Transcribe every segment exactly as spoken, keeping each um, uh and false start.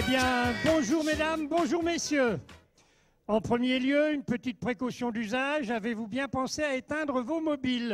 Bien, bonjour mesdames, bonjour messieurs. En premier lieu, une petite précaution d'usage. Avez-vous bien pensé à éteindre vos mobiles?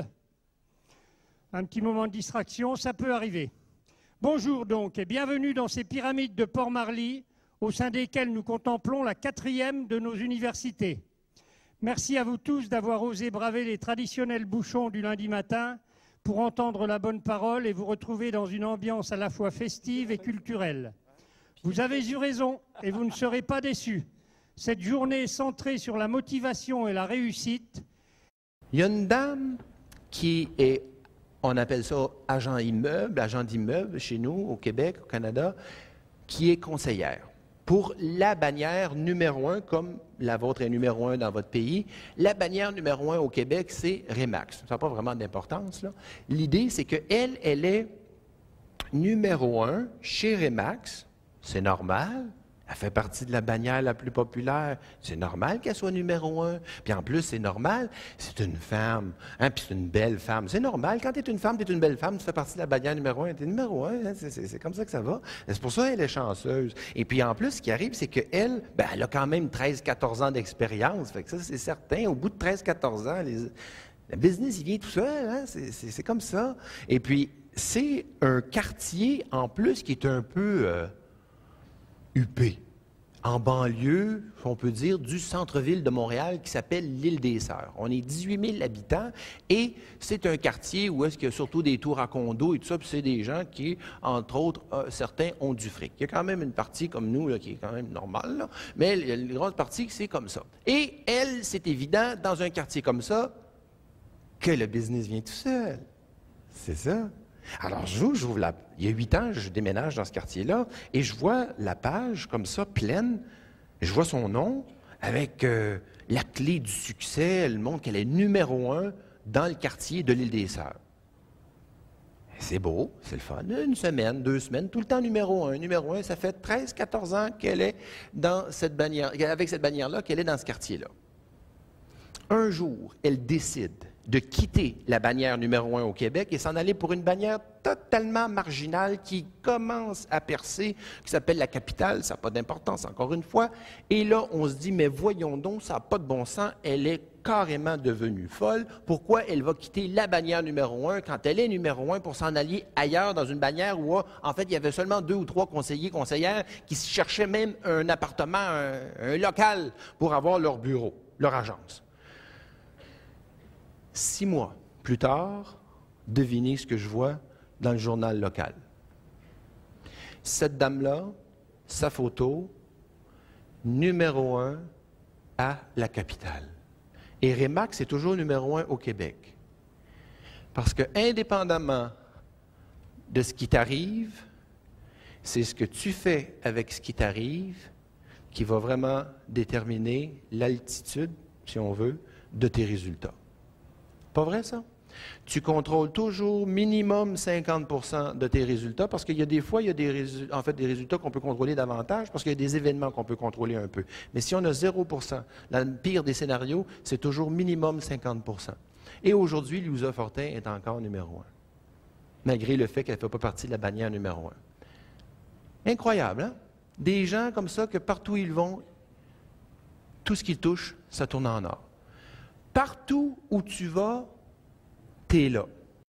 Un petit moment de distraction, ça peut arriver. Bonjour donc et bienvenue dans ces pyramides de Port-Marly, au sein desquelles nous contemplons la quatrième de nos universités. Merci à vous tous d'avoir osé braver les traditionnels bouchons du lundi matin pour entendre la bonne parole et vous retrouver dans une ambiance à la fois festive et culturelle. Vous avez eu raison et vous ne serez pas déçus. Cette journée est centrée sur la motivation et la réussite. Il y a une dame qui est, on appelle ça agent immeuble, agent d'immeuble chez nous, au Québec, au Canada, qui est conseillère. Pour la bannière numéro un, comme la vôtre est numéro un dans votre pays, la bannière numéro un au Québec, c'est Remax. Ça n'a pas vraiment d'importance, là. L'idée, c'est qu'elle, elle est numéro un chez Remax. C'est normal. Elle fait partie de la bannière la plus populaire. C'est normal qu'elle soit numéro un. Puis en plus, c'est normal, c'est une femme. Hein? Puis c'est une belle femme. C'est normal. Quand tu es une femme, tu es une belle femme, tu fais partie de la bannière numéro un. Tu es numéro un. Hein? C'est comme ça que ça va. C'est pour ça qu'elle est chanceuse. Et puis en plus, ce qui arrive, c'est qu'elle, ben, elle a quand même treize quatorze ans d'expérience. Fait que ça, c'est certain. Au bout de treize quatorze ans, les, le business, il vient tout seul. Hein? C'est comme ça. Et puis, c'est un quartier, en plus, qui est un peu euh, huppé. En banlieue, on peut dire, du centre-ville de Montréal qui s'appelle l'Île des Sœurs. On est dix-huit mille habitants et c'est un quartier où est-ce qu'il y a surtout des tours à condos et tout ça, puis c'est des gens qui, entre autres, euh, certains ont du fric. Il y a quand même une partie comme nous là, qui est quand même normale, là, mais il y a une grosse partie qui c'est comme ça. Et elle, c'est évident, dans un quartier comme ça, que le business vient tout seul. C'est ça. Alors, je j'ouvre la... Il y a huit ans, je déménage dans ce quartier-là et je vois la page comme ça, pleine. Je vois son nom avec euh, la clé du succès. Elle montre qu'elle est numéro un dans le quartier de l'Île des Sœurs. C'est beau, c'est le fun. Une semaine, deux semaines, tout le temps numéro un. Numéro un, ça fait treize quatorze ans qu'elle est dans cette bannière, avec cette bannière-là, qu'elle est dans ce quartier-là. Un jour, elle décide de quitter la bannière numéro un au Québec et s'en aller pour une bannière totalement marginale qui commence à percer, qui s'appelle la Capitale. Ça n'a pas d'importance, encore une fois. Et là, on se dit, mais voyons donc, ça n'a pas de bon sens. Elle est carrément devenue folle. Pourquoi elle va quitter la bannière numéro un quand elle est numéro un pour s'en aller ailleurs dans une bannière où, en fait, il y avait seulement deux ou trois conseillers, conseillères qui cherchaient même un appartement, un, un local pour avoir leur bureau, leur agence. Six mois plus tard, devinez ce que je vois dans le journal local. Cette dame-là, sa photo, numéro un à la Capitale. Et Remax est toujours numéro un au Québec. Parce que, indépendamment de ce qui t'arrive, c'est ce que tu fais avec ce qui t'arrive qui va vraiment déterminer l'altitude, si on veut, de tes résultats. Pas vrai, ça? Tu contrôles toujours minimum cinquante pour cent de tes résultats parce qu'il y a des fois, il y a des, résu- en fait, des résultats qu'on peut contrôler davantage parce qu'il y a des événements qu'on peut contrôler un peu. Mais si on a zéro pour cent, dans le pire des scénarios, c'est toujours minimum cinquante pour cent. Et aujourd'hui, Louisa Fortin est encore numéro un, malgré le fait qu'elle ne fait pas partie de la bannière numéro un. Incroyable, hein? Des gens comme ça que partout où ils vont, tout ce qu'ils touchent, ça tourne en or. Partout où tu vas, tu es là.